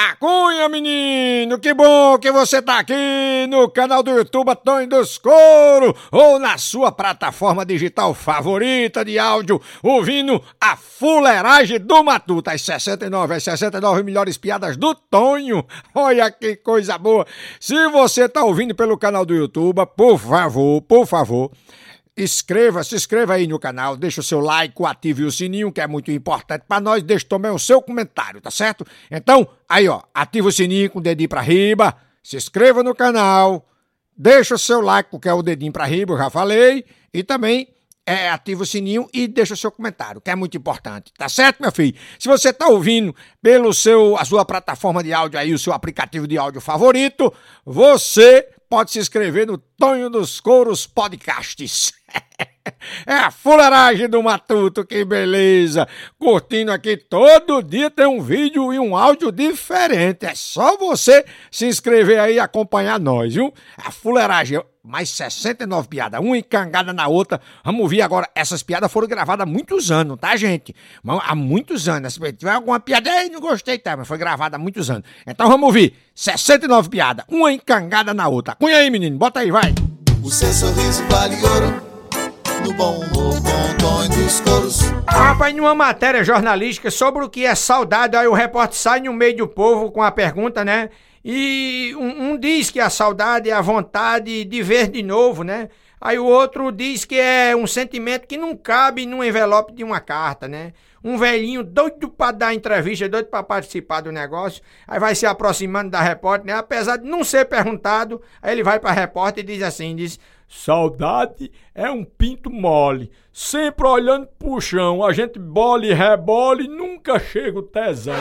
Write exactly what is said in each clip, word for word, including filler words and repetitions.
Acunha, menino, que bom que você tá aqui no canal do YouTube Tonho dos Couro ou na sua plataforma digital favorita de áudio, ouvindo a fuleiragem do Matuto, as sessenta e nove, as sessenta e nove melhores piadas do Tonho. Olha que coisa boa. Se você tá ouvindo pelo canal do YouTube, por favor, por favor, Inscreva, se inscreva aí no canal, deixa o seu like, ative o sininho, que é muito importante pra nós, deixa também o seu comentário, tá certo? Então, aí ó, ativa o sininho com o dedinho pra riba, se inscreva no canal, deixa o seu like, que é o dedinho pra riba, eu já falei, e também é, ativa o sininho e deixa o seu comentário, que é muito importante, tá certo, meu filho? Se você tá ouvindo pelo seu, a sua plataforma de áudio aí, o seu aplicativo de áudio favorito, você pode se inscrever no Tonho dos Couros Podcasts. É a fuleiragem do Matuto, que beleza! Curtindo aqui, todo dia tem um vídeo e um áudio diferente. É só você se inscrever aí e acompanhar nós, viu? A fuleiragem, mais sessenta e nove piadas, uma encangada na outra. Vamos ver agora, essas piadas foram gravadas há muitos anos, tá, gente? Há muitos anos. Se tiver alguma piada aí, não gostei, tá? Mas foi gravada há muitos anos. Então vamos ouvir, sessenta e nove piadas, uma encangada na outra. Cunha aí, menino, bota aí, vai! O seu sorriso vale ouro, no bom humor, bom Tonho dos Couros. Rapaz, numa matéria jornalística sobre o que é saudade, aí o repórter sai no meio do povo com a pergunta, né? E um, um diz que a saudade é a vontade de ver de novo, né? Aí o outro diz que é um sentimento que não cabe num envelope de uma carta, né? Um velhinho doido pra dar entrevista, doido pra participar do negócio, aí vai se aproximando da repórter, né? Apesar de não ser perguntado, aí ele vai pra repórter e diz assim, diz: saudade é um pinto mole, sempre olhando pro chão, a gente bola e rebola e nunca chega o tesão.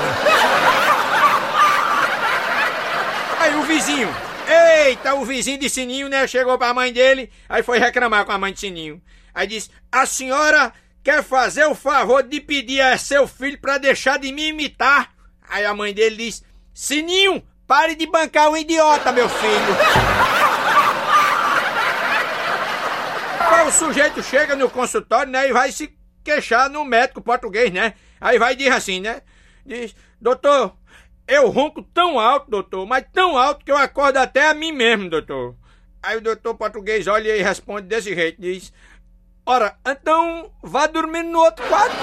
Aí o vizinho, eita, o vizinho de Sininho, né, chegou pra mãe dele, aí foi reclamar com a mãe de Sininho. Aí disse: a senhora quer fazer o favor de pedir a seu filho pra deixar de me imitar? Aí a mãe dele disse: Sininho, pare de bancar um idiota, meu filho. Aí o sujeito chega no consultório, né, e vai se queixar no médico português, né? Aí vai e diz assim, né? Diz: doutor, eu ronco tão alto, doutor, mas tão alto que eu acordo até a mim mesmo, doutor. Aí o doutor português olha e responde desse jeito, diz: ora, então vá dormir no outro quarto.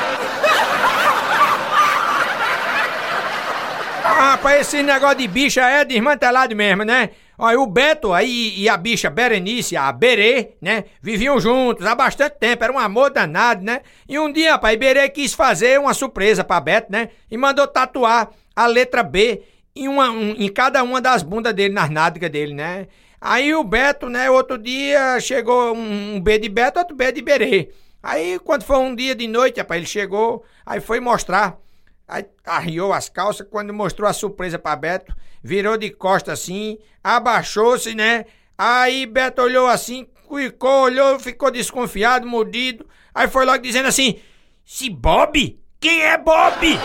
Ah, rapaz, esse negócio de bicha é desmantelado mesmo, né? Olha, o Beto aí e a bicha Berenice, a Berê, né? Viviam juntos há bastante tempo, era um amor danado, né? E um dia, rapaz, Berê quis fazer uma surpresa pra Beto, né? E mandou tatuar a letra B em, uma, um, em cada uma das bundas dele, nas nádegas dele, né? Aí o Beto, né, outro dia chegou um, um B de Beto, outro B de Berê. Aí quando foi um dia de noite, rapaz, ele chegou, aí foi mostrar. Aí arriou as calças, quando mostrou a surpresa pra Beto, virou de costas assim, abaixou-se, né? Aí Beto olhou assim, ficou, olhou, ficou desconfiado, mordido. Aí foi logo dizendo assim: se Bob? Quem é Bob?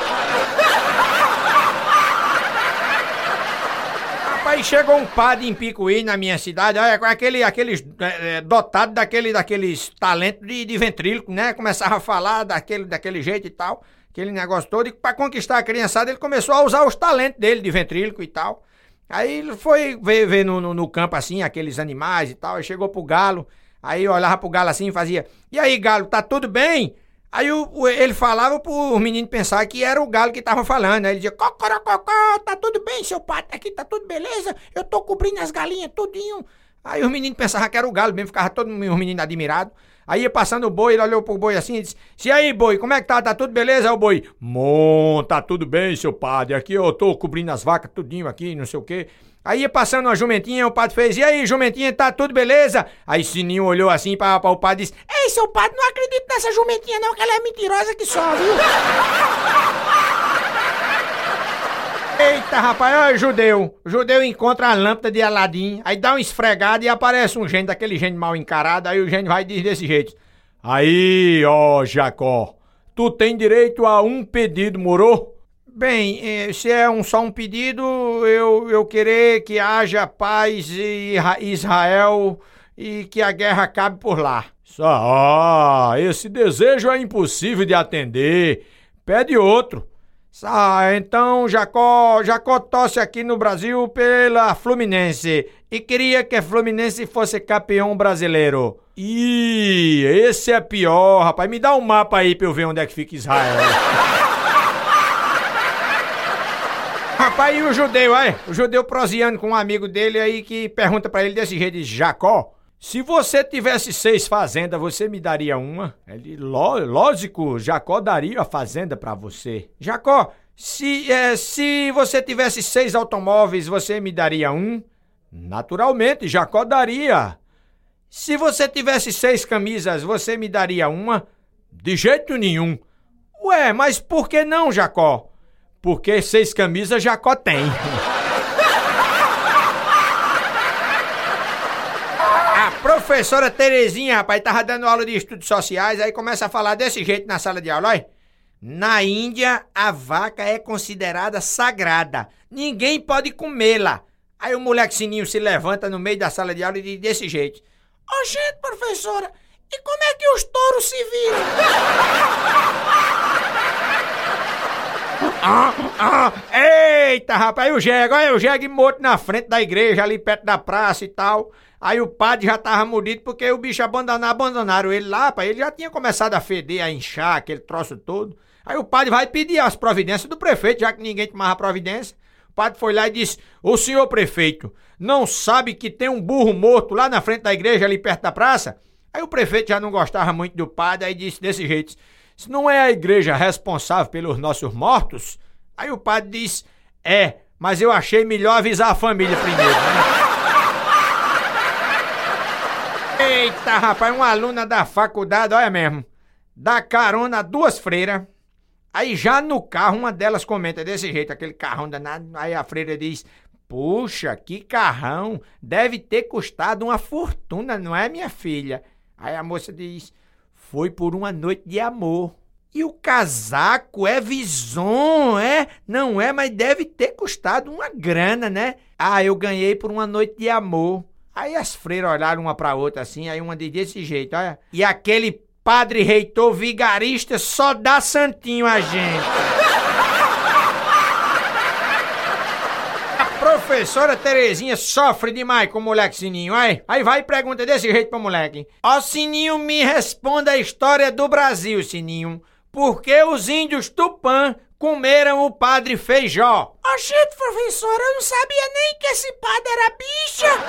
Aí chegou um padre em Picuí, na minha cidade, olha, aquele, aqueles é, dotado daquele, daqueles talentos de, de ventríloco, né? Começava a falar daquele, daquele jeito e tal, aquele negócio todo, e para conquistar a criançada ele começou a usar os talentos dele de ventríloco e tal. Aí ele foi ver, ver no, no, no campo assim, aqueles animais e tal, aí chegou pro galo, aí olhava pro galo assim e fazia: e aí, galo, tá tudo bem? Aí o, o, ele falava pro menino pensar que era o galo que tava falando. Aí ele dizia: cocorococó, tá tudo bem, seu pai, aqui tá tudo beleza, eu tô cobrindo as galinhas tudinho. Aí os meninos pensavam que era o galo mesmo, ficava todo os meninos admirados. Aí ia passando o boi, ele olhou pro boi assim e disse: se aí, boi, como é que tá? Tá tudo beleza? Aí o boi: Mon, tá tudo bem, seu padre, aqui eu tô cobrindo as vacas tudinho aqui, não sei o quê. Aí ia passando uma jumentinha, o padre fez: e aí, jumentinha, tá tudo beleza? Aí Sininho olhou assim para o padre e disse: ei, seu padre, não acredito nessa jumentinha não, que ela é mentirosa que só, viu? Eita, rapaz, olha o judeu. O judeu encontra a lâmpada de Aladim, aí dá uma esfregada e aparece um gênio, daquele gênio mal encarado. Aí o gênio vai e diz desse jeito: aí, ó Jacó, tu tem direito a um pedido, moro? Bem, se é um, só um pedido, eu, eu querer que haja paz em Israel e que a guerra acabe por lá. Ah, esse desejo é impossível de atender. Pede outro. Ah, então Jacó, Jacó torce aqui no Brasil pela Fluminense e queria que a Fluminense fosse campeão brasileiro. Ih, esse é pior, rapaz. Me dá um mapa aí pra eu ver onde é que fica Israel. Rapaz, e o judeu, aí? O judeu prosiando com um amigo dele aí que pergunta pra ele desse jeito, diz, Jacó, se você tivesse seis fazendas, você me daria uma? Ele, lógico, Jacó daria a fazenda pra você. Jacó, se, é, se você tivesse seis automóveis, você me daria um? Naturalmente, Jacó daria. Se você tivesse seis camisas, você me daria uma? De jeito nenhum. Ué, mas por que não, Jacó? Porque seis camisas Jacó tem. A professora Terezinha, rapaz, tava dando aula de estudos sociais, aí começa a falar desse jeito na sala de aula, olha. Na Índia, a vaca é considerada sagrada. Ninguém pode comê-la. Aí o moleque Sininho se levanta no meio da sala de aula e diz desse jeito. Ô, oh, gente, professora, e como é que os touros se viram? Ah, ah, eita, rapaz, aí o jegue, olha o jegue morto na frente da igreja, ali perto da praça e tal. Aí o padre já tava mordido porque o bicho abandonaram, abandonaram ele lá, rapaz. Ele já tinha começado a feder, a inchar, aquele troço todo. Aí o padre vai pedir as providências do prefeito, já que ninguém tomava providência. O padre foi lá e disse, ô senhor prefeito, não sabe que tem um burro morto lá na frente da igreja, ali perto da praça? Aí o prefeito já não gostava muito do padre, aí disse desse jeito, se não é a igreja responsável pelos nossos mortos? Aí o padre disse, é, mas eu achei melhor avisar a família primeiro, né? Eita, rapaz, uma aluna da faculdade, olha mesmo, dá carona a duas freiras, aí já no carro uma delas comenta desse jeito, aquele carrão danado, aí a freira diz, puxa, que carrão, deve ter custado uma fortuna, não é, minha filha? Aí a moça diz, foi por uma noite de amor. E o casaco é Vison, é? Não é, mas deve ter custado uma grana, né? Ah, eu ganhei por uma noite de amor. Aí as freiras olharam uma pra outra assim, aí uma diz desse jeito, olha. E aquele padre reitor vigarista só dá santinho a gente. A professora Terezinha sofre demais com o moleque Sininho, aí. Aí vai e pergunta desse jeito pro moleque. Ó, Sininho, me responda a história do Brasil, Sininho. Por que os índios Tupã comeram o padre Feijó? Ó, gente, professora, eu não sabia nem que esse padre era bicha.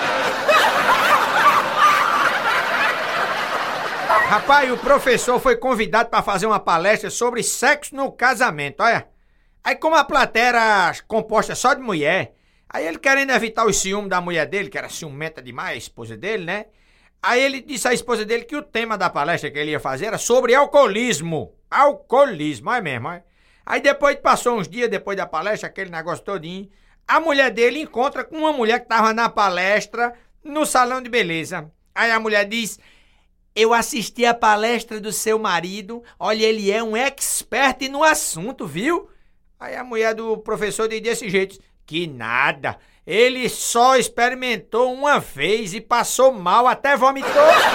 Rapaz, o professor foi convidado para fazer uma palestra sobre sexo no casamento, olha. Aí como a plateia era composta só de mulher, aí ele querendo evitar os ciúmes da mulher dele, que era ciumenta demais, a esposa dele, né? Aí ele disse à esposa dele que o tema da palestra que ele ia fazer era sobre alcoolismo. Alcoolismo, é mesmo, é? Aí depois passou uns dias depois da palestra, aquele negócio todinho, a mulher dele encontra com uma mulher que tava na palestra no salão de beleza. Aí a mulher diz, eu assisti a palestra do seu marido, olha, ele é um expert no assunto, viu? Aí a mulher do professor diz desse jeito, que nada, ele só experimentou uma vez e passou mal, até vomitou.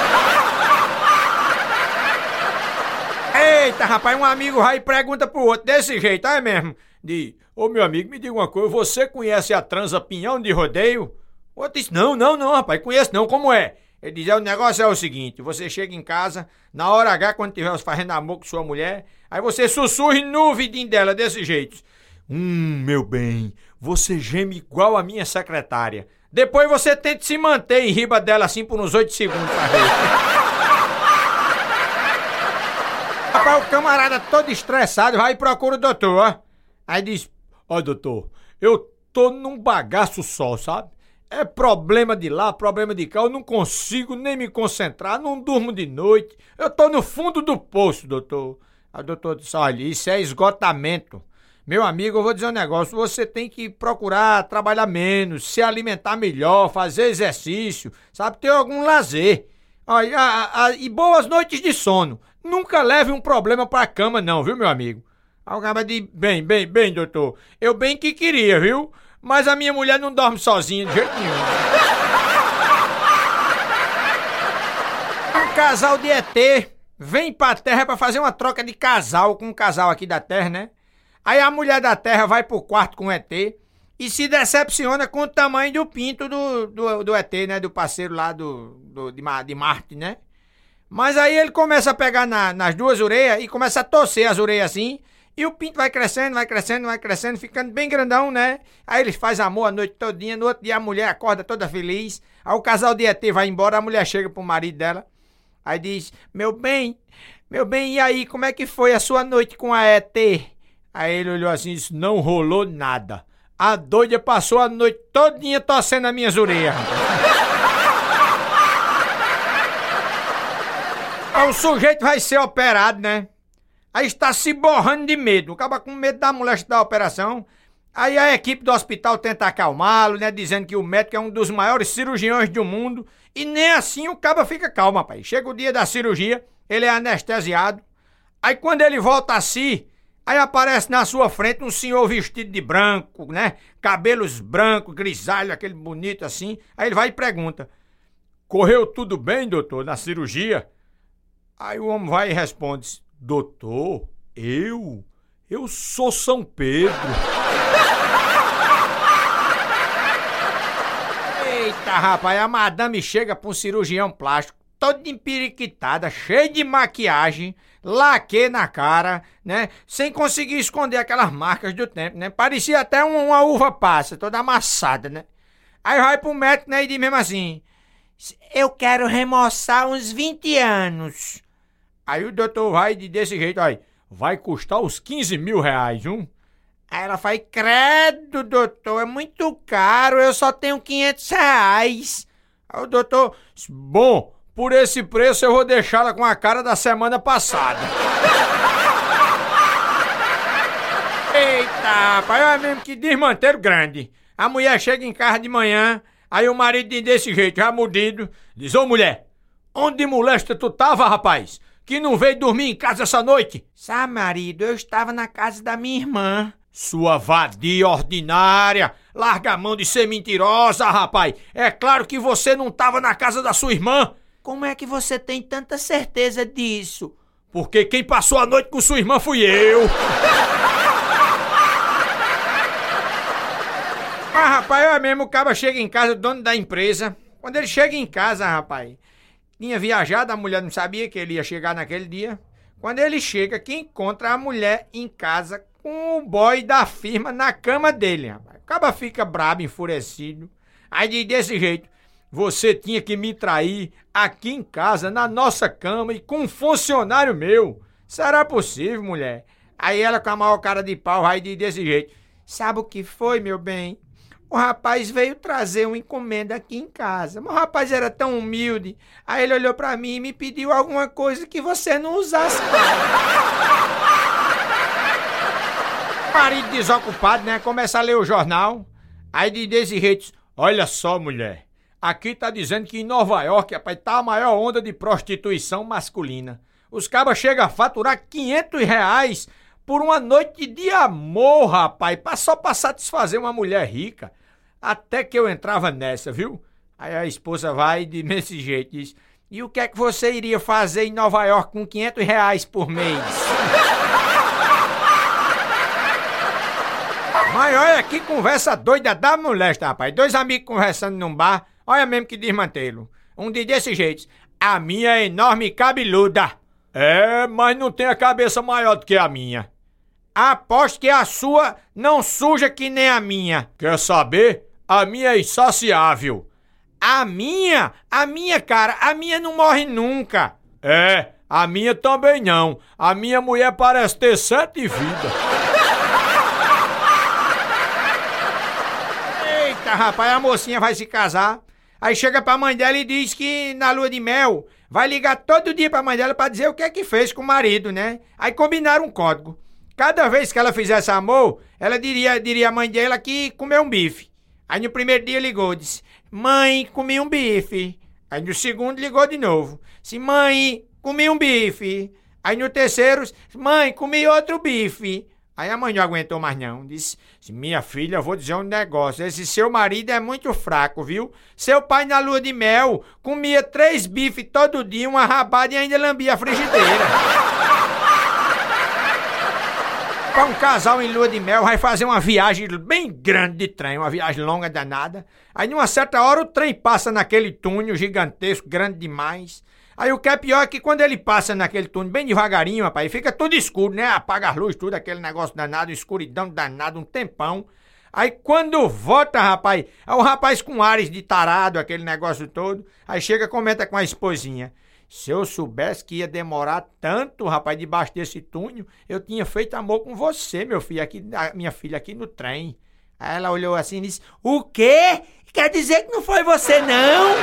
Eita, rapaz, um amigo vai e pergunta pro outro desse jeito, é mesmo? Diz, ô meu amigo, me diga uma coisa, você conhece a transa Pinhão de Rodeio? O outro diz, não, não, não, rapaz, conheço não, como é? Ele diz, é, o negócio é o seguinte, você chega em casa, na hora H, quando estiver fazendo amor com sua mulher, aí você sussurre no ouvidinho dela desse jeito. Hum, meu bem, você geme igual a minha secretária. Depois você tenta se manter em riba dela assim por uns oito segundos pra ver. Rapaz, o camarada todo estressado vai e procura o doutor, ó. Aí diz, ó doutor, eu tô num bagaço só, sabe? É problema de lá, problema de cá, eu não consigo nem me concentrar, não durmo de noite. Eu tô no fundo do poço, doutor. Aí o doutor disse, olha, isso é esgotamento. Meu amigo, eu vou dizer um negócio, você tem que procurar trabalhar menos, se alimentar melhor, fazer exercício, sabe, ter algum lazer. Olha, a, a, e boas noites de sono. Nunca leve um problema pra cama não, viu, meu amigo? Aí o cara diz, bem, bem, bem, doutor, eu bem que queria, viu? Mas a minha mulher não dorme sozinha de jeito nenhum. Um casal de E T vem pra Terra pra fazer uma troca de casal com um casal aqui da Terra, né? Aí a mulher da terra vai pro quarto com o E T e se decepciona com o tamanho do pinto do, do, do E T, né? Do parceiro lá do, do, de, de Marte, né? Mas aí ele começa a pegar na, nas duas orelhas e começa a torcer as orelhas assim. E o pinto vai crescendo, vai crescendo, vai crescendo, ficando bem grandão, né? Aí eles fazem amor a noite todinha, no outro dia a mulher acorda toda feliz. Aí o casal de E T vai embora, a mulher chega pro marido dela. Aí diz, meu bem, meu bem, e aí, como é que foi a sua noite com a E T? Aí ele olhou assim e disse, não rolou nada. A doida passou a noite todinha torcendo as minhas orelhas. Aí o sujeito vai ser operado, né? Aí está se borrando de medo. Acaba com medo da moléstia da operação. Aí a equipe do hospital tenta acalmá-lo, né? Dizendo que o médico é um dos maiores cirurgiões do mundo. E nem assim o caba fica calmo, rapaz. Chega o dia da cirurgia, ele é anestesiado. Aí quando ele volta a si, aí aparece na sua frente um senhor vestido de branco, né? Cabelos brancos, grisalho, aquele bonito assim. Aí ele vai e pergunta, correu tudo bem, doutor, na cirurgia? Aí o homem vai e responde, doutor, eu? Eu sou São Pedro. Eita, rapaz, a madame chega pra um cirurgião plástico, toda empiriquitada, cheia de maquiagem, laque na cara, né? Sem conseguir esconder aquelas marcas do tempo, né? Parecia até uma, uma uva passa, toda amassada, né? Aí vai pro médico, né, e diz mesmo assim, eu quero remoçar uns vinte anos. Aí o doutor vai desse jeito, aí, vai custar uns quinze mil reais, um? Aí ela fala, credo, doutor, é muito caro, eu só tenho quinhentos reais. Aí o doutor, bom, por esse preço eu vou deixá-la com a cara da semana passada. Eita, rapaz, é mesmo que desmanteiro grande. A mulher chega em casa de manhã, aí o marido diz desse jeito, já mudido, diz, ô mulher, onde molesta tu tava, rapaz? Que não veio dormir em casa essa noite? Sabe, marido, eu estava na casa da minha irmã. Sua vadia ordinária! Larga a mão de ser mentirosa, rapaz! É claro que você não estava na casa da sua irmã! Como é que você tem tanta certeza disso? Porque quem passou a noite com sua irmã fui eu! Mas, rapaz, eu mesmo, o cara chega em casa, o dono da empresa. Quando ele chega em casa, rapaz, tinha viajado, a mulher não sabia que ele ia chegar naquele dia. Quando ele chega, que encontra a mulher em casa com o boy da firma na cama dele, rapaz. O cara fica brabo, enfurecido. Aí diz desse jeito, você tinha que me trair aqui em casa, na nossa cama e com um funcionário meu. Será possível, mulher? Aí ela com a maior cara de pau vai diz desse jeito, sabe o que foi, meu bem? O rapaz veio trazer uma encomenda aqui em casa. Mas o rapaz era tão humilde. Aí ele olhou pra mim e me pediu alguma coisa que você não usasse mais. Marido desocupado, né? Começa a ler o jornal. Aí diz desse jeito, olha só, mulher. Aqui tá dizendo que em Nova York, rapaz, tá a maior onda de prostituição masculina. Os cabas chegam a faturar quinhentos reais por uma noite de amor, rapaz, só pra satisfazer uma mulher rica. Até que eu entrava nessa, viu? Aí a esposa vai de desse jeito, diz, e o que é que você iria fazer em Nova York com quinhentos reais por mês? Mas olha que conversa doida da molesta, rapaz. Dois amigos conversando num bar, olha mesmo que desmantelo. Um diz desse jeito, a minha é enorme e cabeluda. É, mas não tem a cabeça maior do que a minha. Aposto que a sua não suja que nem a minha. Quer saber? A minha é insaciável. A minha? A minha, cara, a minha não morre nunca. É, a minha também não. A minha mulher parece ter sete vidas. Eita, rapaz, a mocinha vai se casar. Aí chega pra mãe dela e diz que na lua de mel vai ligar todo dia pra mãe dela pra dizer o que é que fez com o marido, né? Aí combinaram um código. Cada vez que ela fizesse amor, ela diria, diria à mãe dela que comeu um bife. Aí no primeiro dia ligou, disse, mãe, comi um bife. Aí no segundo ligou de novo, disse, mãe, comi um bife. Aí no terceiro, mãe, comi outro bife. Aí a mãe não aguentou mais não, disse, minha filha, eu vou dizer um negócio, esse seu marido é muito fraco, viu? Seu pai na lua de mel comia três bifes todo dia, uma rabada e ainda lambia a frigideira. Rapaz, um casal em lua de mel vai fazer uma viagem bem grande de trem, uma viagem longa danada. Aí, numa certa hora, o trem passa naquele túnel gigantesco, grande demais. Aí, o que é pior é que quando ele passa naquele túnel bem devagarinho, rapaz, fica tudo escuro, né? Apaga as luzes, tudo, aquele negócio danado, escuridão danado, um tempão. Aí, quando volta, rapaz, é o rapaz com ares de tarado, aquele negócio todo. Aí, chega e comenta com a esposinha. Se eu soubesse que ia demorar tanto, rapaz, debaixo desse túnel, eu tinha feito amor com você, meu filho, aqui, minha filha, aqui no trem. Aí ela olhou assim e disse, o quê? Quer dizer que não foi você, não?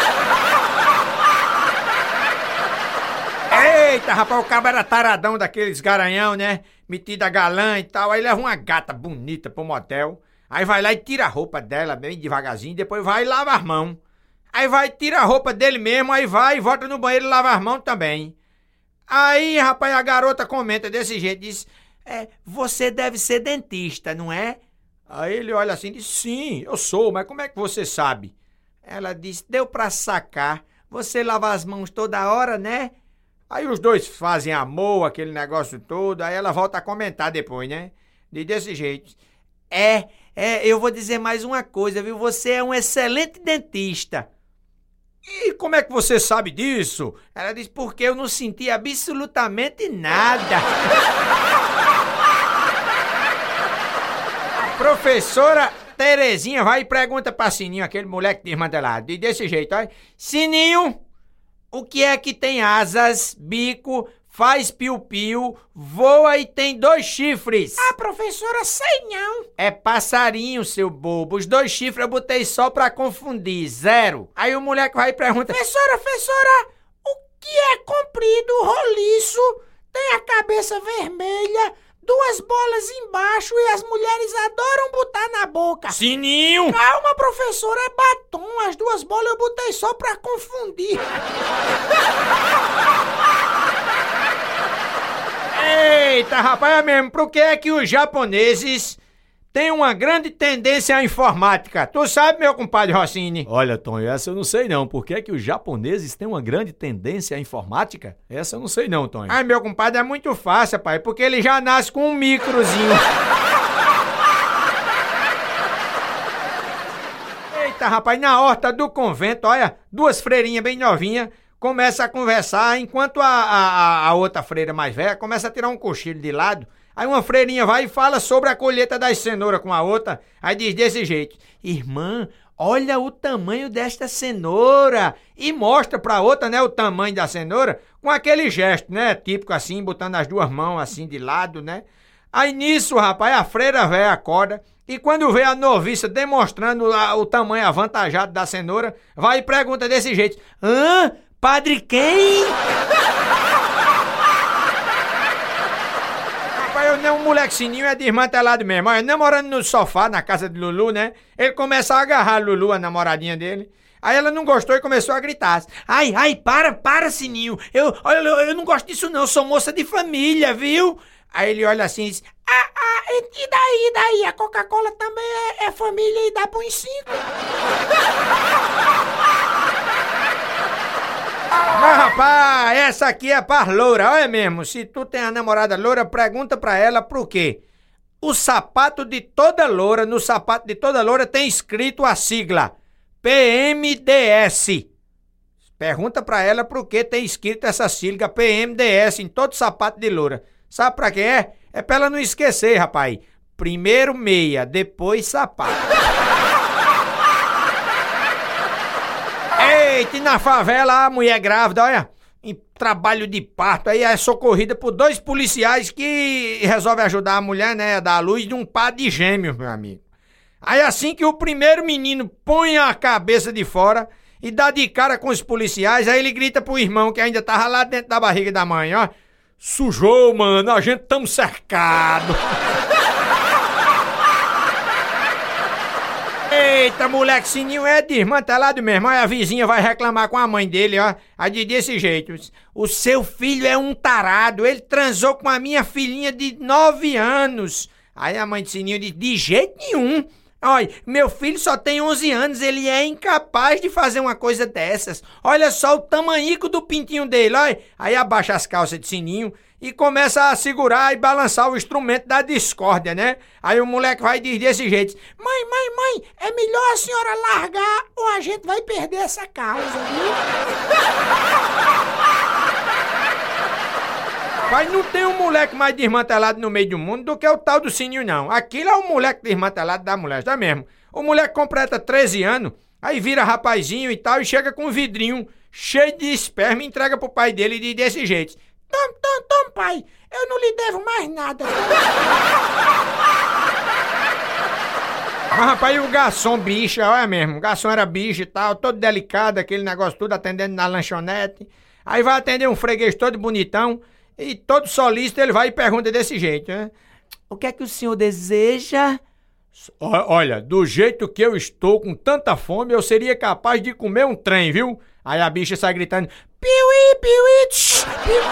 Eita, rapaz, o cabo era taradão daqueles garanhão, né? Metida galã e tal. Aí leva uma gata bonita pro motel. Aí vai lá e tira a roupa dela bem devagarzinho, depois vai e lava as mãos. Aí vai, tira a roupa dele mesmo, aí vai e volta no banheiro e lava as mãos também. Aí, rapaz, a garota comenta desse jeito, diz, é, você deve ser dentista, não é? Aí ele olha assim e diz, sim, eu sou, mas como é que você sabe? Ela diz, deu pra sacar, você lava as mãos toda hora, né? Aí os dois fazem amor, aquele negócio todo, aí ela volta a comentar depois, né? De desse jeito, é, é, eu vou dizer mais uma coisa, viu? Você é um excelente dentista. E como é que você sabe disso? Ela diz, porque eu não senti absolutamente nada. A professora Terezinha vai e pergunta pra Sininho, aquele moleque desmantelado, e desse jeito, olha. Sininho, o que é que tem asas, bico, faz piu-piu, voa e tem dois chifres? Ah, professora, sei não. É passarinho, seu bobo. Os dois chifres eu botei só pra confundir, zero. Aí o moleque vai e pergunta, professora, professora, o que é comprido, roliço, tem a cabeça vermelha, duas bolas embaixo e as mulheres adoram botar na boca? Sininho! Calma, professora, é batom. As duas bolas eu botei só pra confundir. Eita, rapaz, é mesmo. Por que é que os japoneses têm uma grande tendência à informática? Tu sabe, meu compadre Rossini? Olha, Tonho, essa eu não sei não. Por que é que os japoneses têm uma grande tendência à informática? Essa eu não sei não, Tonho. Ai, meu compadre, é muito fácil, pai, porque ele já nasce com um microzinho. Eita, rapaz, na horta do convento, olha, duas freirinhas bem novinhas começa a conversar, enquanto a, a, a outra freira mais velha começa a tirar um cochilo de lado. Aí uma freirinha vai e fala sobre a colheita das cenouras com a outra. Aí diz desse jeito, irmã, olha o tamanho desta cenoura. E mostra pra outra, né, o tamanho da cenoura com aquele gesto, né, típico assim, botando as duas mãos assim de lado, né. Aí nisso, rapaz, a freira velha acorda e quando vê a noviça demonstrando a, o tamanho avantajado da cenoura, vai e pergunta desse jeito, hã? Padre quem? Rapaz, eu nem um moleque sininho é desmantelado mesmo. Olha, namorando no sofá na casa de Lulu, né? Ele começa a agarrar a Lulu, a namoradinha dele. Aí ela não gostou e começou a gritar. Ai, ai, para, para, Sininho. Eu, olha, eu, eu não gosto disso não, eu sou moça de família, viu? Aí ele olha assim e diz, ah, ah, e daí, e daí? A Coca-Cola também é, é família e dá pra uns cinco. Mas rapaz, essa aqui é pra loura, olha mesmo, se tu tem a namorada loura, pergunta pra ela por quê. O sapato de toda loura, no sapato de toda loura tem escrito a sigla P M D S. Pergunta pra ela por que tem escrito essa sigla P M D S em todo sapato de loura. Sabe pra que é? É pra ela não esquecer, rapaz. Primeiro meia, depois sapato. Eita, e na favela a mulher grávida, olha, em trabalho de parto, aí é socorrida por dois policiais que resolvem ajudar a mulher, né, a dar a luz de um par de gêmeos, meu amigo. Aí assim que o primeiro menino põe a cabeça de fora e dá de cara com os policiais, aí ele grita pro irmão que ainda tava lá dentro da barriga da mãe, ó. Sujou, mano, a gente tamo cercado. Eita, moleque sininho é desmantelado mesmo. Aí a vizinha vai reclamar com a mãe dele, ó. Aí de desse jeito. O seu filho é um tarado. Ele transou com a minha filhinha de nove anos. Aí a mãe de Sininho diz, de jeito nenhum. Olha, meu filho só tem onze anos. Ele é incapaz de fazer uma coisa dessas. Olha só o tamanhico do pintinho dele, olha. Aí abaixa as calças de Sininho e começa a segurar e balançar o instrumento da discórdia, né? Aí o moleque vai e diz desse jeito: mãe, mãe, mãe, é melhor a senhora largar ou a gente vai perder essa causa, viu? Pai, não tem um moleque mais desmantelado no meio do mundo do que o tal do Sininho, não. Aquilo é um moleque desmantelado da mulher, tá mesmo? O moleque completa treze anos, aí vira rapazinho e tal, e chega com um vidrinho cheio de esperma e entrega pro pai dele e diz desse jeito: Tom, tom, tom, pai, eu não lhe devo mais nada. Mas, rapaz, e o garçom bicha, olha mesmo, o garçom era bicho e tal, todo delicado, aquele negócio tudo, atendendo na lanchonete. Aí vai atender um freguês todo bonitão, e todo solícito ele vai e pergunta desse jeito, né? O que é que o senhor deseja? Olha, do jeito que eu estou com tanta fome, eu seria capaz de comer um trem, viu? Aí a bicha sai gritando: piuí, piuí, tch, piuí.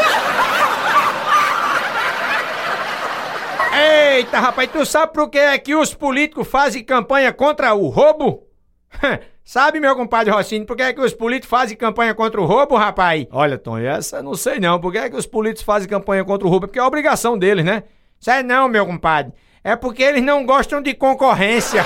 Eita, rapaz, tu sabe por que é que os políticos fazem campanha contra o roubo? Sabe, meu compadre Rocinho, por que é que os políticos fazem campanha contra o roubo, rapaz? Olha, Tom, essa não sei não. Por que é que os políticos fazem campanha contra o roubo? Porque é obrigação deles, né? Sério não, meu compadre. É porque eles não gostam de concorrência.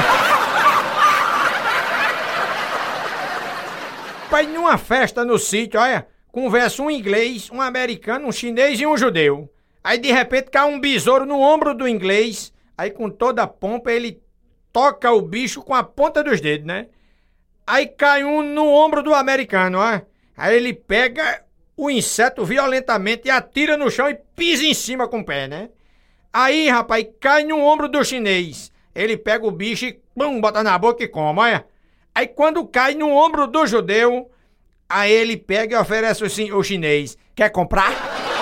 Pai, numa festa no sítio, olha, conversa um inglês, um americano, um chinês e um judeu. Aí de repente cai um besouro no ombro do inglês, aí com toda a pompa ele toca o bicho com a ponta dos dedos, né? Aí cai um no ombro do americano, ó. Aí ele pega o inseto violentamente e atira no chão e pisa em cima com o pé, né? Aí, rapaz, cai no ombro do chinês. Ele pega o bicho e pum, bota na boca e come, olha. Aí quando cai no ombro do judeu, aí ele pega e oferece o, o chinês: quer comprar?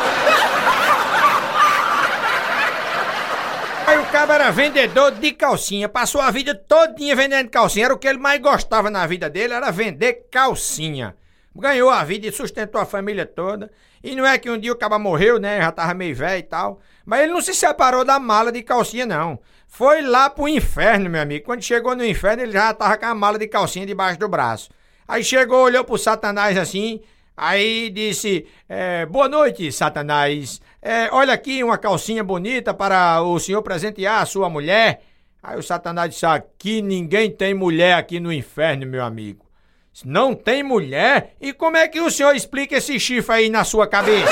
Aí o cara era vendedor de calcinha, passou a vida todinha vendendo calcinha. Era o que ele mais gostava na vida dele, era vender calcinha. Ganhou a vida e sustentou a família toda. E não é que um dia o cara morreu, né? Já tava meio velho e tal. Mas ele não se separou da mala de calcinha, não. Foi lá pro inferno, meu amigo. Quando chegou no inferno, ele já tava com a mala de calcinha debaixo do braço. Aí chegou, olhou pro Satanás assim, aí disse: é, boa noite, Satanás. É, olha aqui uma calcinha bonita para o senhor presentear a sua mulher. Aí o Satanás disse: aqui ninguém tem mulher aqui no inferno, meu amigo. Não tem mulher? E como é que o senhor explica esse chifre aí na sua cabeça?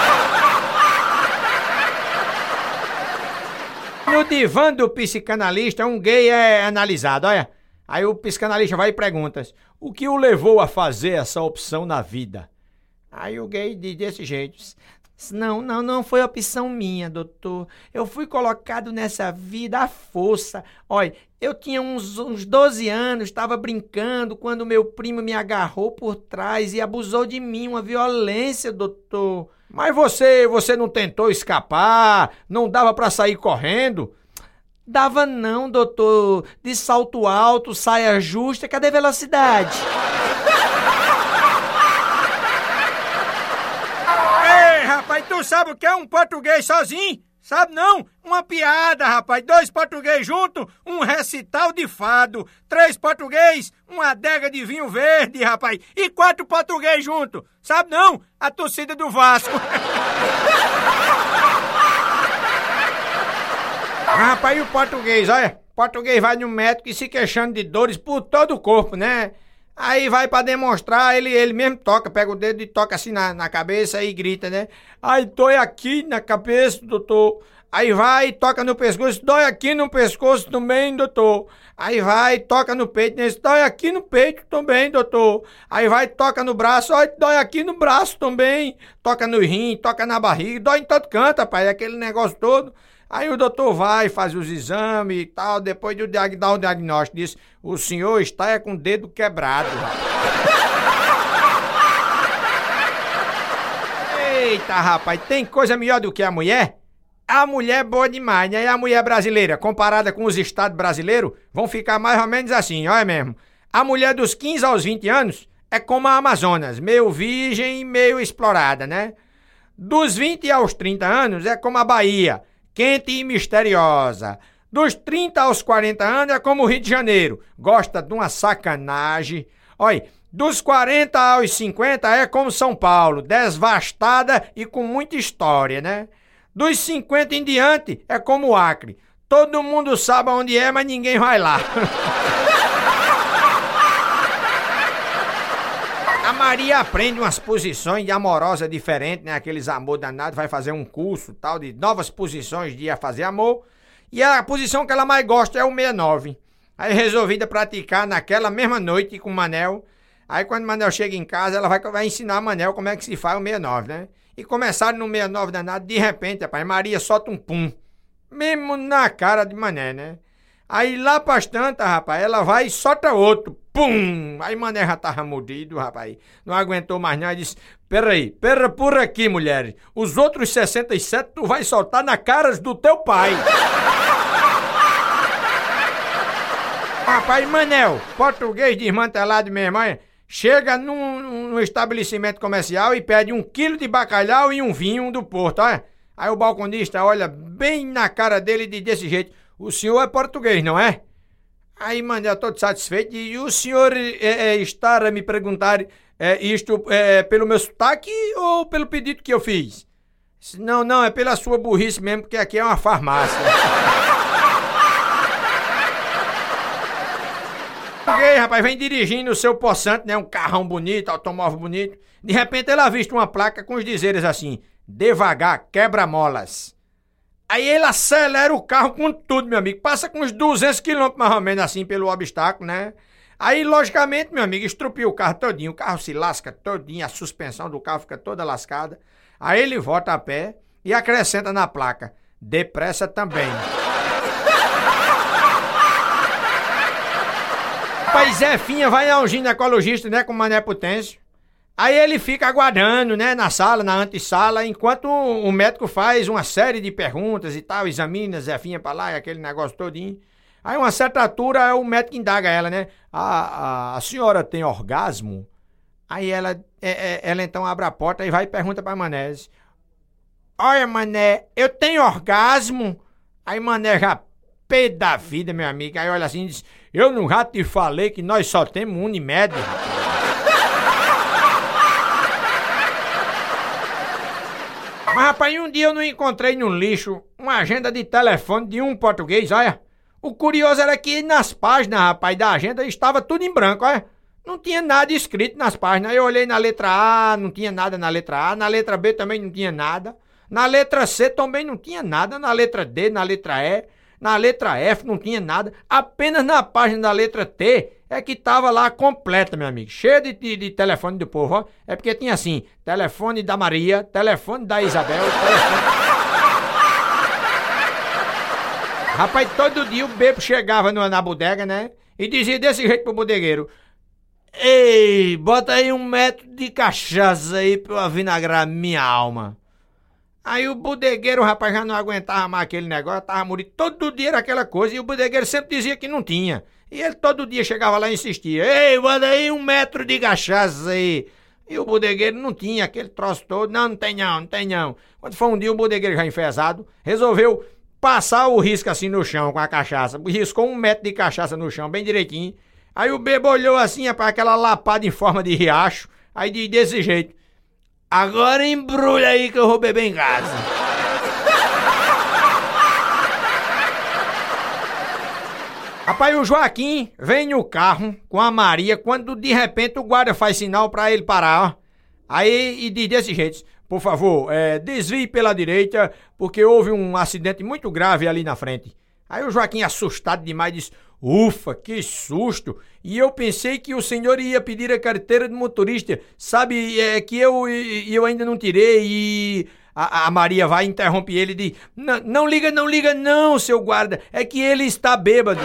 No divã do psicanalista, um gay é analisado, olha. Aí o psicanalista vai e pergunta: o que o levou a fazer essa opção na vida? Aí o gay diz desse jeito: não, não, não foi opção minha, doutor. Eu fui colocado nessa vida à força. Olha, eu tinha uns, uns doze anos, estava brincando quando meu primo me agarrou por trás e abusou de mim, uma violência, doutor. Mas você, você não tentou escapar? Não dava pra sair correndo? Dava não, doutor. De salto alto, saia justa, cadê velocidade? Ei, rapaz, tu sabe o que é um português sozinho? Sabe não? Uma piada, rapaz. Dois português juntos, um recital de fado. Três português, uma adega de vinho verde, rapaz. E quatro português juntos. Sabe não? A torcida do Vasco. Ah, rapaz, e o português, olha. O português vai no médico e se queixando de dores por todo o corpo, né? Aí vai pra demonstrar, ele, ele mesmo toca, pega o dedo e toca assim na, na cabeça e grita, né? Ai, dói aqui na cabeça, doutor. Aí vai e toca no pescoço, dói aqui no pescoço também, doutor. Aí vai, toca no peito, nesse, dói aqui no peito também, doutor. Aí vai, toca no braço, ai, dói aqui no braço também. Toca no rim, toca na barriga, dói em todo canto, rapaz, aquele negócio todo. Aí o doutor vai, faz os exames e tal, depois de dar o diagnóstico, diz: o senhor está é com o dedo quebrado, rapaz. Eita, rapaz, tem coisa melhor do que a mulher? A mulher é boa demais, né? E a mulher brasileira, comparada com os estados brasileiros, vão ficar mais ou menos assim, olha mesmo. A mulher dos quinze aos vinte anos é como a Amazonas, meio virgem e meio explorada, né? Dos vinte aos trinta anos é como a Bahia, quente e misteriosa. Dos trinta aos quarenta anos é como o Rio de Janeiro, gosta de uma sacanagem. Olha, Dos quarenta aos cinquenta é como São Paulo, devastada e com muita história, né? Dos cinquenta em diante é como o Acre. Todo mundo sabe onde é, mas ninguém vai lá. A Maria aprende umas posições de amorosa diferentes, né? Aqueles amor danados, vai fazer um curso tal de novas posições de fazer amor. E a posição que ela mais gosta é o sessenta e nove. Aí resolvida praticar naquela mesma noite com o Manel. Aí quando o Manel chega em casa, ela vai, vai ensinar o Manel como é que se faz o sessenta e nove, né? E começaram no sessenta e nove danado, de repente, rapaz, Maria solta um pum. Mesmo na cara de Mané, né? Aí lá pras tantas, rapaz, ela vai e solta outro. Pum! Aí Mané já tava mordido, rapaz. Não aguentou mais não e disse, peraí, pera por aqui, mulher. Os outros sessenta e sete tu vai soltar na cara do teu pai. Rapaz, Manel, português desmantelado mesmo, olha. Chega num, num estabelecimento comercial e pede um quilo de bacalhau e um vinho do Porto, olha. Aí o balconista olha bem na cara dele e diz desse jeito, o senhor é português, não é? Aí Manel todo satisfeito e o senhor é, é, está a me perguntar é, isto é, pelo meu sotaque ou pelo pedido que eu fiz? Não, não, é pela sua burrice mesmo, porque aqui é uma farmácia. Português, rapaz, vem dirigindo o seu possante, né? Um carrão bonito, automóvel bonito. De repente ela avista uma placa com os dizeres assim, devagar, quebra-molas. Aí ele acelera o carro com tudo, meu amigo. Passa com uns duzentos quilômetros mais ou menos assim pelo obstáculo, né? Aí, logicamente, meu amigo, estrupia o carro todinho. O carro se lasca todinho, a suspensão do carro fica toda lascada. Aí ele volta a pé e acrescenta na placa, depressa também. Pai Zefinha vai a um ginecologista, né, com o Mané Potêncio. Aí ele fica aguardando, né, na sala, na antessala, enquanto o médico faz uma série de perguntas e tal, examina Zefinha pra lá e aquele negócio todinho. Aí, uma certa altura, o médico indaga ela, né, a, a, a senhora tem orgasmo? Aí ela, é, é, ela então abre a porta e vai e pergunta pra Mané. Olha, Mané, eu tenho orgasmo? Aí Mané já pé da vida, meu amigo. Aí olha assim e diz, eu não já te falei que nós só temos um Unimed? Mas, rapaz, um dia eu não encontrei no lixo uma agenda de telefone de um português, olha. O curioso era que nas páginas, rapaz, da agenda estava tudo em branco, olha. Não tinha nada escrito nas páginas. Eu olhei na letra A, não tinha nada na letra A. Na letra B também não tinha nada. Na letra C também não tinha nada. Na letra D, na letra E, na letra F não tinha nada. Apenas na página da letra T é que tava lá completa, meu amigo. Cheia de, de, de telefone do povo, ó. É porque tinha assim, telefone da Maria, telefone da Isabel, telefone... Rapaz, todo dia o bebo chegava no, na bodega, né? E dizia desse jeito pro bodegueiro, ei, bota aí um metro de cachaça aí pra eu avinagrar minha alma. Aí o bodegueiro, rapaz, já não aguentava mais aquele negócio, tava morindo. Todo dia era aquela coisa e o bodegueiro sempre dizia que não tinha. E ele todo dia chegava lá e insistia, ei, bota aí um metro de cachaça aí. E o bodegueiro não tinha aquele troço todo, não, não tem não, não tem não. Quando foi um dia o bodegueiro já enfesado, resolveu passar o risco assim no chão com a cachaça. Riscou um metro de cachaça no chão, bem direitinho. Aí o bebo olhou assim, para aquela lapada em forma de riacho. Aí de, desse jeito, agora embrulha aí que eu vou beber em casa. Rapaz, o Joaquim vem no carro com a Maria quando de repente o guarda faz sinal pra ele parar, ó. Aí e diz desse jeito, por favor, é, desvie pela direita porque houve um acidente muito grave ali na frente. Aí o Joaquim, assustado demais, diz, ufa, que susto! E eu pensei que o senhor ia pedir a carteira de motorista, sabe, é que eu, eu ainda não tirei e... A, a Maria vai e interrompe ele e diz, não, não liga, não liga não, seu guarda, é que ele está bêbado.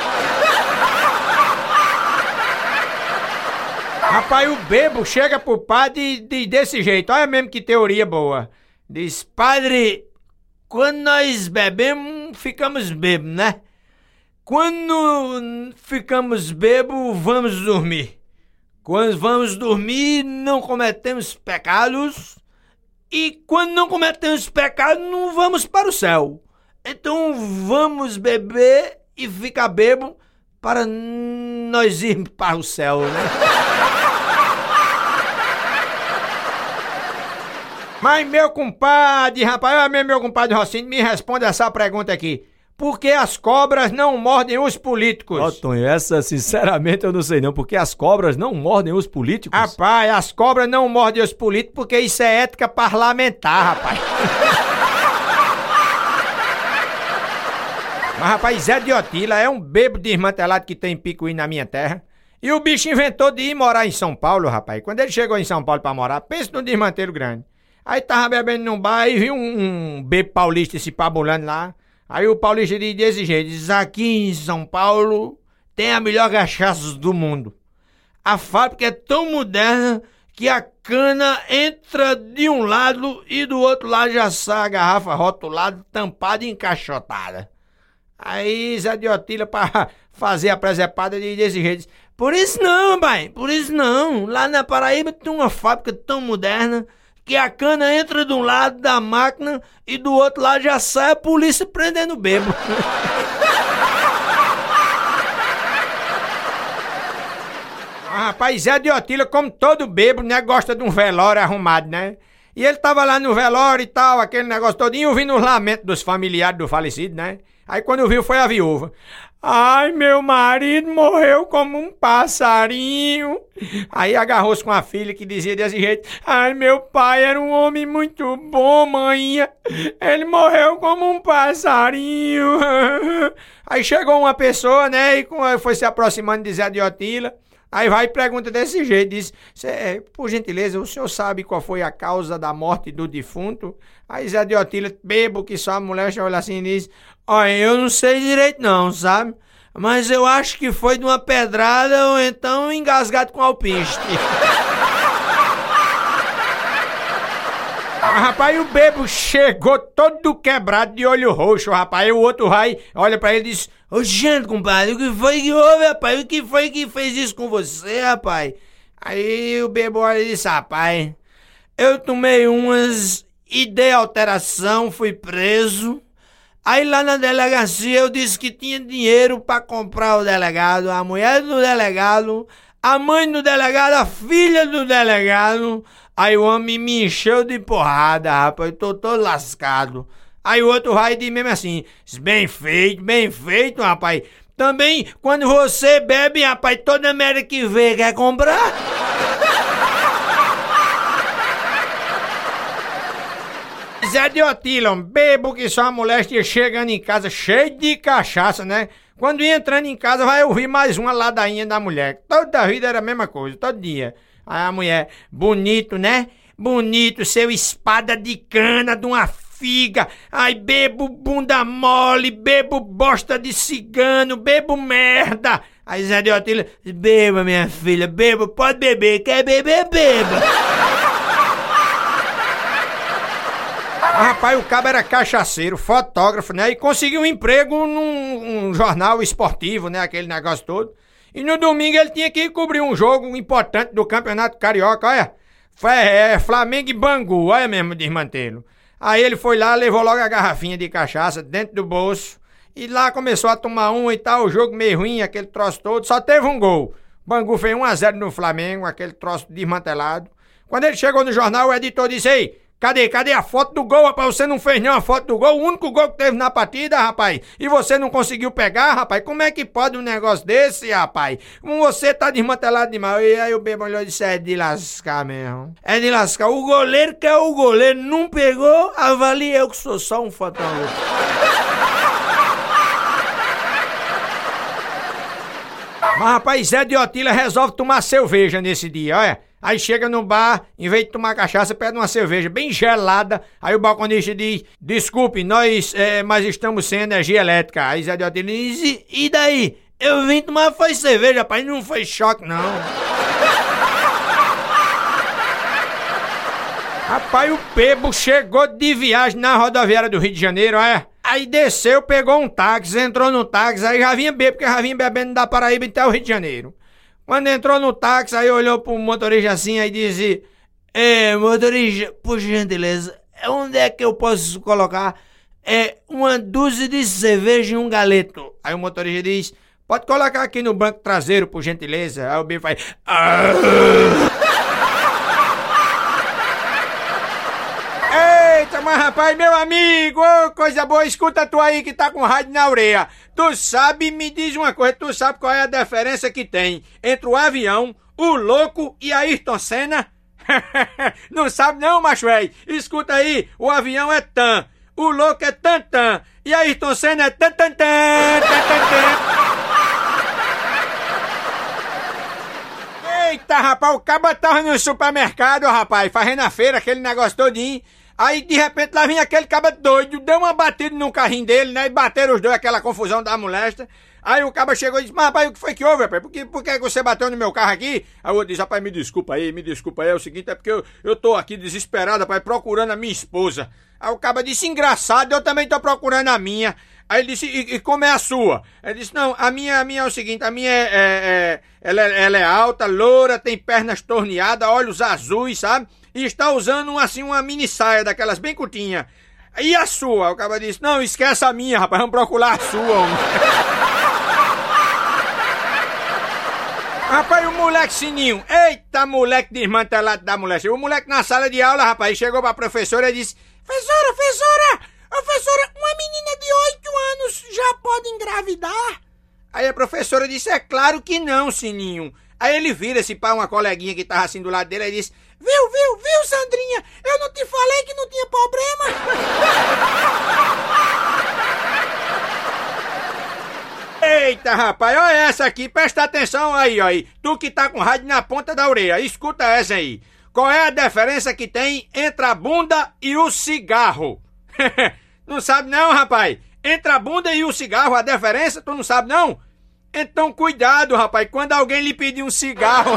Rapaz, o bebo chega pro padre e diz desse jeito, olha mesmo que teoria boa. Diz, padre, quando nós bebemos, ficamos bêbados, né? Quando ficamos bêbados, vamos dormir. Quando vamos dormir, não cometemos pecados. E quando não cometemos pecado, não vamos para o céu. Então vamos beber e ficar bêbado para nós irmos para o céu, né? Mas meu compadre, rapaz, olha mesmo, meu compadre Rocinho, me responde essa pergunta aqui. Por que as cobras não mordem os políticos? Ó, Tonho, essa sinceramente eu não sei não, porque as cobras não mordem os políticos? Rapaz, as cobras não mordem os políticos porque isso é ética parlamentar, rapaz. Mas, rapaz, Zé de Otila é um bêbado desmantelado que tem picuí na minha terra. E o bicho inventou de ir morar em São Paulo, rapaz. Quando ele chegou em São Paulo pra morar, pensa num desmantelo grande. Aí tava bebendo num bar e viu um, um bêbado paulista se pabulando lá. Aí o paulista diz desse jeito, diz, aqui em São Paulo tem a melhor cachaça do mundo. A fábrica é tão moderna que a cana entra de um lado e do outro lado já sai a garrafa rotulada, tampada e encaixotada. Aí Zé de Otila, pra fazer a presepada, diz desse jeito, diz, por isso não, pai, por isso não. Lá na Paraíba tem uma fábrica tão moderna que a cana entra de um lado da máquina e do outro lado já sai a polícia prendendo o bêbado. Ah, rapaz, Zé de Otila, como todo bêbado, né, gosta de um velório arrumado, né? E ele tava lá no velório e tal, aquele negócio todinho, ouvindo os lamentos dos familiares do falecido, né? Aí quando viu foi a viúva. Ai, meu marido morreu como um passarinho. Aí agarrou-se com a filha que dizia desse jeito. Ai, meu pai era um homem muito bom, maninha. Ele morreu como um passarinho. Aí chegou uma pessoa, né, e foi se aproximando de Zé de Otila. Aí vai e pergunta desse jeito, diz, por gentileza, o senhor sabe qual foi a causa da morte do defunto? Aí Zé de Otila, bebo que só a mulher, olha assim e diz, olha, eu não sei direito não, sabe? Mas eu acho que foi de uma pedrada ou então engasgado com alpiste. Ah, rapaz, o bebo chegou todo quebrado de olho roxo, rapaz. Aí o outro vai, olha pra ele e diz, ô gente, compadre, o que foi que houve, rapaz? O que foi que fez isso com você, rapaz? Aí o bebo olha e diz, rapaz, eu tomei umas e dei alteração, fui preso. Aí lá na delegacia eu disse que tinha dinheiro pra comprar o delegado, a mulher do delegado, a mãe do delegado, a filha do delegado. Aí o homem me encheu de porrada, rapaz, eu tô todo lascado. Aí o outro vai e diz mesmo assim, bem feito, bem feito, rapaz. Também, quando você bebe, rapaz, toda merda que vê quer comprar? Zé de Otila, um bebo que só a mulher chegando em casa cheio de cachaça, né? Quando ia entrando em casa, vai ouvir mais uma ladainha da mulher. Toda a vida era a mesma coisa, todo dia. Aí a mulher, bonito, né? Bonito, seu espada de cana de uma figa. Ai, bebo bunda mole, bebo bosta de cigano, bebo merda. Aí Zé de Otila, beba, minha filha, beba, pode beber, quer beber, beba. Ah, rapaz, o cabo era cachaceiro, fotógrafo, né? E conseguiu um emprego num um jornal esportivo, né? Aquele negócio todo. E no domingo ele tinha que cobrir um jogo importante do Campeonato Carioca, olha. É, Flamengo e Bangu, olha mesmo, desmantelo. Aí ele foi lá, levou logo a garrafinha de cachaça dentro do bolso. E lá começou a tomar um e tal, o jogo meio ruim, aquele troço todo. Só teve um gol. Bangu fez um a zero no Flamengo, aquele troço desmantelado. Quando ele chegou no jornal, o editor disse, ei, Cadê, cadê a foto do gol, rapaz? Você não fez nenhuma foto do gol, o único gol que teve na partida, rapaz. E você não conseguiu pegar, rapaz? Como é que pode um negócio desse, rapaz? Como você tá desmantelado demais. E aí o bebo olhou e disse, é de lascar mesmo. É de lascar. O goleiro que é o goleiro, não pegou, avalie eu que sou só um fotógrafo. Mas, rapaz, Zé de Otila resolve tomar cerveja nesse dia, olha. Aí chega no bar, em vez de tomar cachaça, pede uma cerveja bem gelada. Aí o balconista diz, desculpe, nós, é, mas estamos sem energia elétrica. Aí Zé de Otila diz, e daí? Eu vim tomar foi cerveja, rapaz, não foi choque, não. Rapaz, o bebo chegou de viagem na rodoviária do Rio de Janeiro, olha. Aí desceu, pegou um táxi, entrou no táxi, aí já vinha bebo, porque já vinha bebendo da Paraíba até o Rio de Janeiro. Quando entrou no táxi, aí olhou pro motorista assim, aí disse, é, motorista, por gentileza, onde é que eu posso colocar é, uma dúzia de cerveja e um galeto? Aí o motorista diz, pode colocar aqui no banco traseiro, por gentileza. Aí o bicho faz, ah! Mas, rapaz, meu amigo, ô, coisa boa, escuta tu aí que tá com rádio na orelha. Tu sabe, me diz uma coisa, tu sabe qual é a diferença que tem entre o avião, o louco e a Ayrton Senna? Não sabe não, macho velho? Escuta aí, o avião é tan, o louco é tan-tan, e a Ayrton Senna é tan-tan-tan, tan-tan-tan. Eita, rapaz, o caba tava no supermercado, rapaz, fazendo a feira, aquele negócio todinho. Aí, de repente, lá vinha aquele caba doido, deu uma batida no carrinho dele, né? E bateram os dois, aquela confusão da molesta. Aí o caba chegou e disse, mas rapaz, o que foi que houve, rapaz? Por que, por que você bateu no meu carro aqui? Aí o outro disse, rapaz, me desculpa aí, me desculpa aí. É o seguinte, é porque eu, eu tô aqui desesperado, rapaz, procurando a minha esposa. Aí o caba disse, engraçado, eu também tô procurando a minha. Aí ele disse, e, e como é a sua? Ele disse, não, a minha, a minha é o seguinte, a minha é, é, é, ela, é ela é alta, loura, tem pernas torneadas, olhos azuis, sabe? E está usando, assim, uma mini saia daquelas bem curtinhas. E a sua? O cara disse, não, esquece a minha, rapaz, vamos procurar a sua, homem. Rapaz, o moleque sininho, eita moleque desmantelado da moléstia. O moleque na sala de aula, rapaz, chegou pra professora e disse, professora, professora, professora, uma menina de oito anos já pode engravidar? Aí a professora disse, é claro que não, sininho. Aí ele vira-se para uma coleguinha que tava assim do lado dele e disse, viu, viu, viu, Sandrinha, eu não te falei que não tinha problema? Eita, rapaz, olha essa aqui, presta atenção aí, ó aí. Tu que tá com rádio na ponta da orelha, escuta essa aí. Qual é a diferença que tem entre a bunda e o cigarro? Não sabe não, rapaz? Entre a bunda e o cigarro, a diferença, tu não sabe não? Então cuidado, rapaz, quando alguém lhe pedir um cigarro...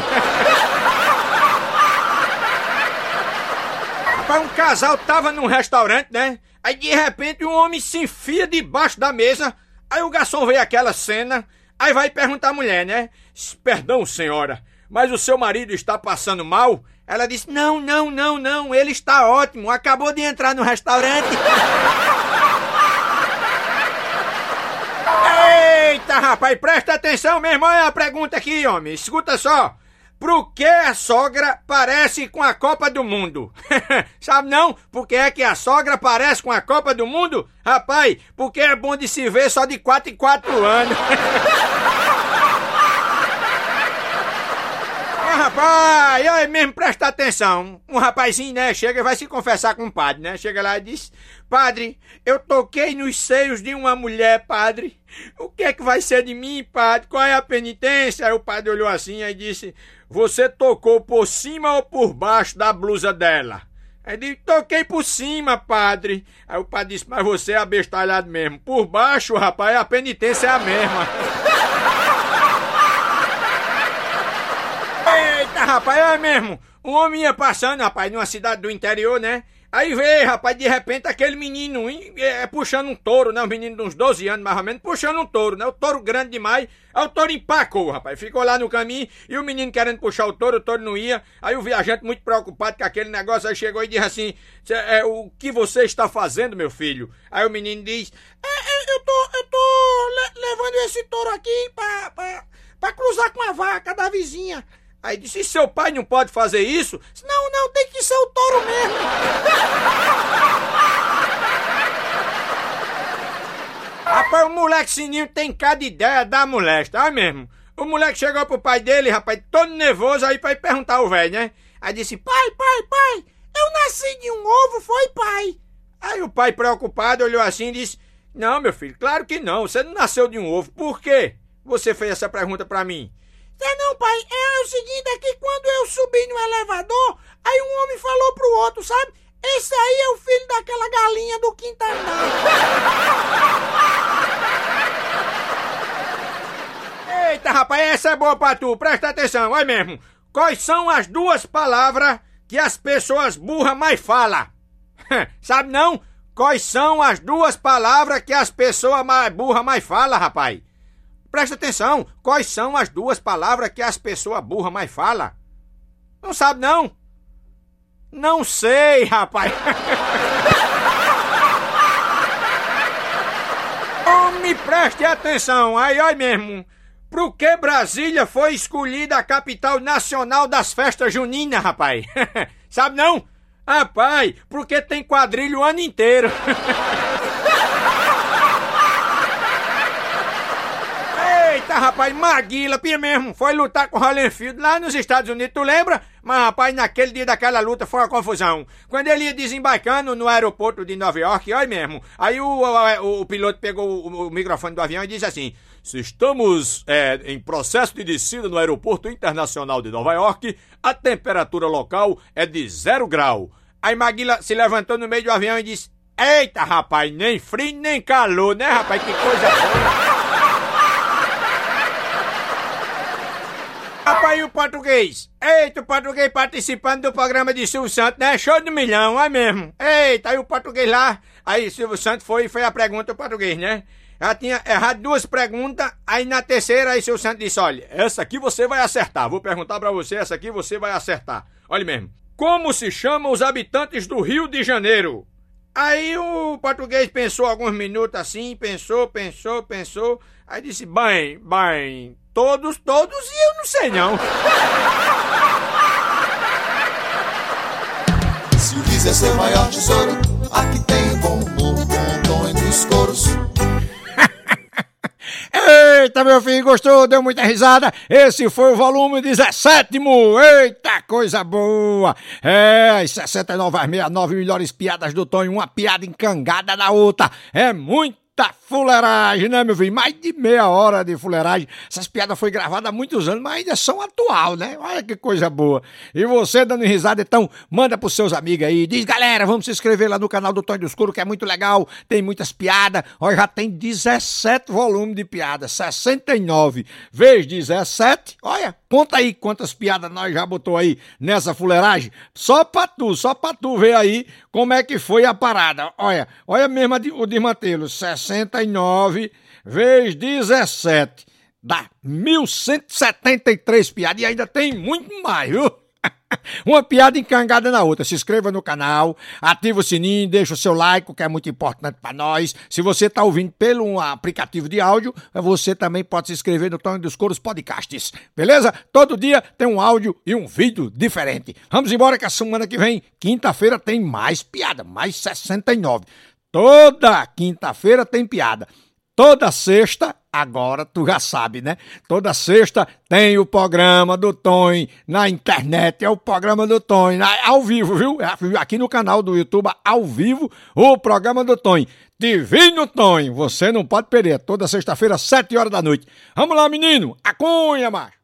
Rapaz, um casal tava num restaurante, né? Aí de repente um homem se enfia debaixo da mesa. Aí o garçom vê aquela cena, aí vai perguntar à mulher, né? Perdão, senhora, mas o seu marido está passando mal? Ela disse, não, não, não, não, ele está ótimo, acabou de entrar no restaurante. Eita, rapaz, presta atenção mesmo, olha a pergunta aqui, homem, escuta só. Por que a sogra parece com a Copa do Mundo? Sabe não? Por que é que a sogra parece com a Copa do Mundo? Rapaz, porque é bom de se ver só de quatro em quatro anos. Ah, rapaz, olha mesmo, presta atenção. Um rapazinho, né, chega e vai se confessar com o padre, né? Chega lá e diz, padre, eu toquei nos seios de uma mulher, padre. O que é que vai ser de mim, padre? Qual é a penitência? Aí o padre olhou assim e disse, você tocou por cima ou por baixo da blusa dela? Aí ele disse, toquei por cima, padre. Aí o padre disse, mas você é abestalhado mesmo. Por baixo, rapaz, a penitência é a mesma. Eita, rapaz, é mesmo. Um homem ia passando, rapaz, numa cidade do interior, né? Aí veio, rapaz, de repente aquele menino é, puxando um touro, né? Um menino de uns doze anos, mais ou menos, puxando um touro, né? O touro grande demais. Aí o touro empacou, rapaz. Ficou lá no caminho e o menino querendo puxar o touro, o touro não ia. Aí o viajante muito preocupado com aquele negócio, aí chegou e disse assim, é, o que você está fazendo, meu filho? Aí o menino diz, é, é, eu tô, eu tô le levando esse touro aqui pra, pra, pra cruzar com a vaca da vizinha. Aí disse, e seu pai não pode fazer isso? Não, não, tem que ser o touro mesmo. Rapaz, o moleque sininho tem cada ideia da molesta, é mesmo. O moleque chegou pro pai dele, rapaz, todo nervoso, aí pra ir perguntar ao velho, né? Aí disse, pai, pai, pai, eu nasci de um ovo, foi, pai? Aí o pai preocupado olhou assim e disse, não, meu filho, claro que não, você não nasceu de um ovo, por quê? Você fez essa pergunta pra mim? É não, pai, é o seguinte, é que quando eu subi no elevador, aí um homem falou pro outro, sabe? Esse aí é o filho daquela galinha do quinto andar. Eita, rapaz, essa é boa pra tu, presta atenção, olha mesmo. Quais são as duas palavras que as pessoas burras mais falam? Sabe não? Quais são as duas palavras que as pessoas mais burras mais falam, rapaz? Presta atenção, quais são as duas palavras que as pessoas burras mais falam? Não sabe não? Não sei, rapaz. Oh, me preste atenção, aí olha mesmo. Por que Brasília foi escolhida a capital nacional das festas juninas, rapaz? Sabe não? Rapaz, porque tem quadrilha o ano inteiro. Eita, rapaz, Maguila, pia mesmo, foi lutar com o Holyfield lá nos Estados Unidos, tu lembra? Mas, rapaz, naquele dia daquela luta foi uma confusão. Quando ele ia desembarcando no aeroporto de Nova York, olha mesmo, aí o, o, o piloto pegou o, o microfone do avião e disse assim: se estamos é, em processo de descida no aeroporto internacional de Nova York, a temperatura local é de zero grau. Aí Maguila se levantou no meio do avião e disse: eita, rapaz, nem frio nem calor, né, rapaz, que coisa boa. Rapaz, e o português? Eita, o português participando do programa de Silvio Santos, né? Show de milhão, é mesmo. Eita, aí o português lá, aí Silvio Santos foi e fez a pergunta ao português, né? Já tinha errado duas perguntas, aí na terceira, aí Silvio Santos disse: olha, essa aqui você vai acertar. Vou perguntar pra você, essa aqui você vai acertar. Olha mesmo. Como se chamam os habitantes do Rio de Janeiro? Aí o português pensou alguns minutos assim, pensou, pensou, pensou, aí disse: bem, bem... Todos, todos, e eu não sei não. Se o riso é seu maior tesouro, aqui tem bom humor, bom tom dos coros. Eita, meu filho, gostou? Deu muita risada? Esse foi o volume dezessete. Eita, coisa boa! É, as sessenta e nove às sessenta e nove melhores piadas do Tonho, uma piada encangada na outra. É muito Tá fuleiragem, né, meu filho? Mais de meia hora de fuleiragem. Essas piadas foi gravadas há muitos anos, mas ainda são atual, né? Olha que coisa boa. E você dando risada, então, manda pros seus amigos aí. Diz, galera, vamos se inscrever lá no canal do Tonho do Escuro, que é muito legal. Tem muitas piadas. Olha, já tem dezessete volumes de piadas. sessenta e nove vezes dezessete. Olha, conta aí quantas piadas nós já botou aí nessa fuleiragem. Só pra tu, só pra tu ver aí como é que foi a parada. Olha, olha mesmo a de, o desmantelo. sessenta e nove vezes dezessete dá mil cento e setenta e três piadas e ainda tem muito mais, viu? Uma piada encangada na outra. Se inscreva no canal, ativa o sininho, deixa o seu like, que é muito importante para nós. Se você tá ouvindo pelo aplicativo de áudio, você também pode se inscrever no Tonho dos Coros Podcasts, beleza? Todo dia tem um áudio e um vídeo diferente. Vamos embora que a semana que vem, quinta-feira, tem mais piada, mais sessenta e nove. Toda quinta-feira tem piada. Toda sexta, agora tu já sabe, né? Toda sexta tem o programa do Tonho na internet. É o programa do Tonho, ao vivo, viu? Aqui no canal do YouTube, ao vivo, o programa do Tonho. Divino Tonho, você não pode perder. Toda sexta-feira, sete horas da noite. Vamos lá, menino. A cunha, macho.